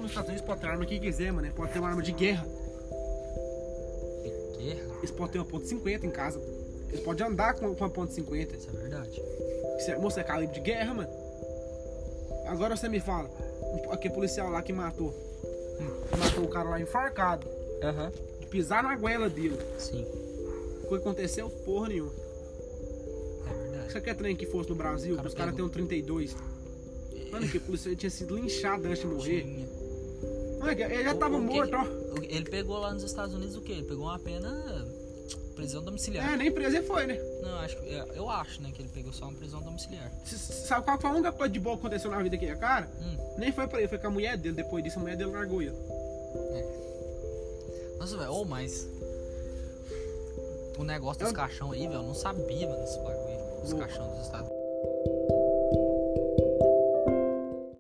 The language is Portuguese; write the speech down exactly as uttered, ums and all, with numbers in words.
nos Estados Unidos pode ter arma que quiser, mano. Pode ter uma arma de guerra. De guerra? Eles podem ter uma ponto cinquenta em casa. Eles podem andar com uma ponto cinquenta. Isso é verdade. Isso é, moça, é calibre de guerra, mano. Agora você me fala, aquele policial lá que matou. Hum. Que matou o cara lá enforcado. Aham. Uhum. De pisar na goela dele. Sim. O que aconteceu? Porra nenhuma. É verdade. Você quer trem que fosse no Brasil? Cara os caras têm um trinta e dois. Mano, que o policial tinha sido linchado antes de morrer. Tinha. Mano, ele já o, tava o morto, ó. Ele pegou lá nos Estados Unidos o quê? Ele pegou uma pena... prisão domiciliar. É, nem preso ele foi, né? Não, acho, eu acho, né, que ele pegou só uma prisão domiciliar. C sabe qual foi a única coisa de boa que aconteceu na vida aqui, cara? Hum. Nem foi pra ele, foi com a mulher dele. Depois disso, a mulher dele largou ele. É. Nossa, velho, ou oh, mas... O negócio dos eu... caixão aí, velho, eu não sabia, mano, esse bagulho. Os caixão dos Estados Unidos.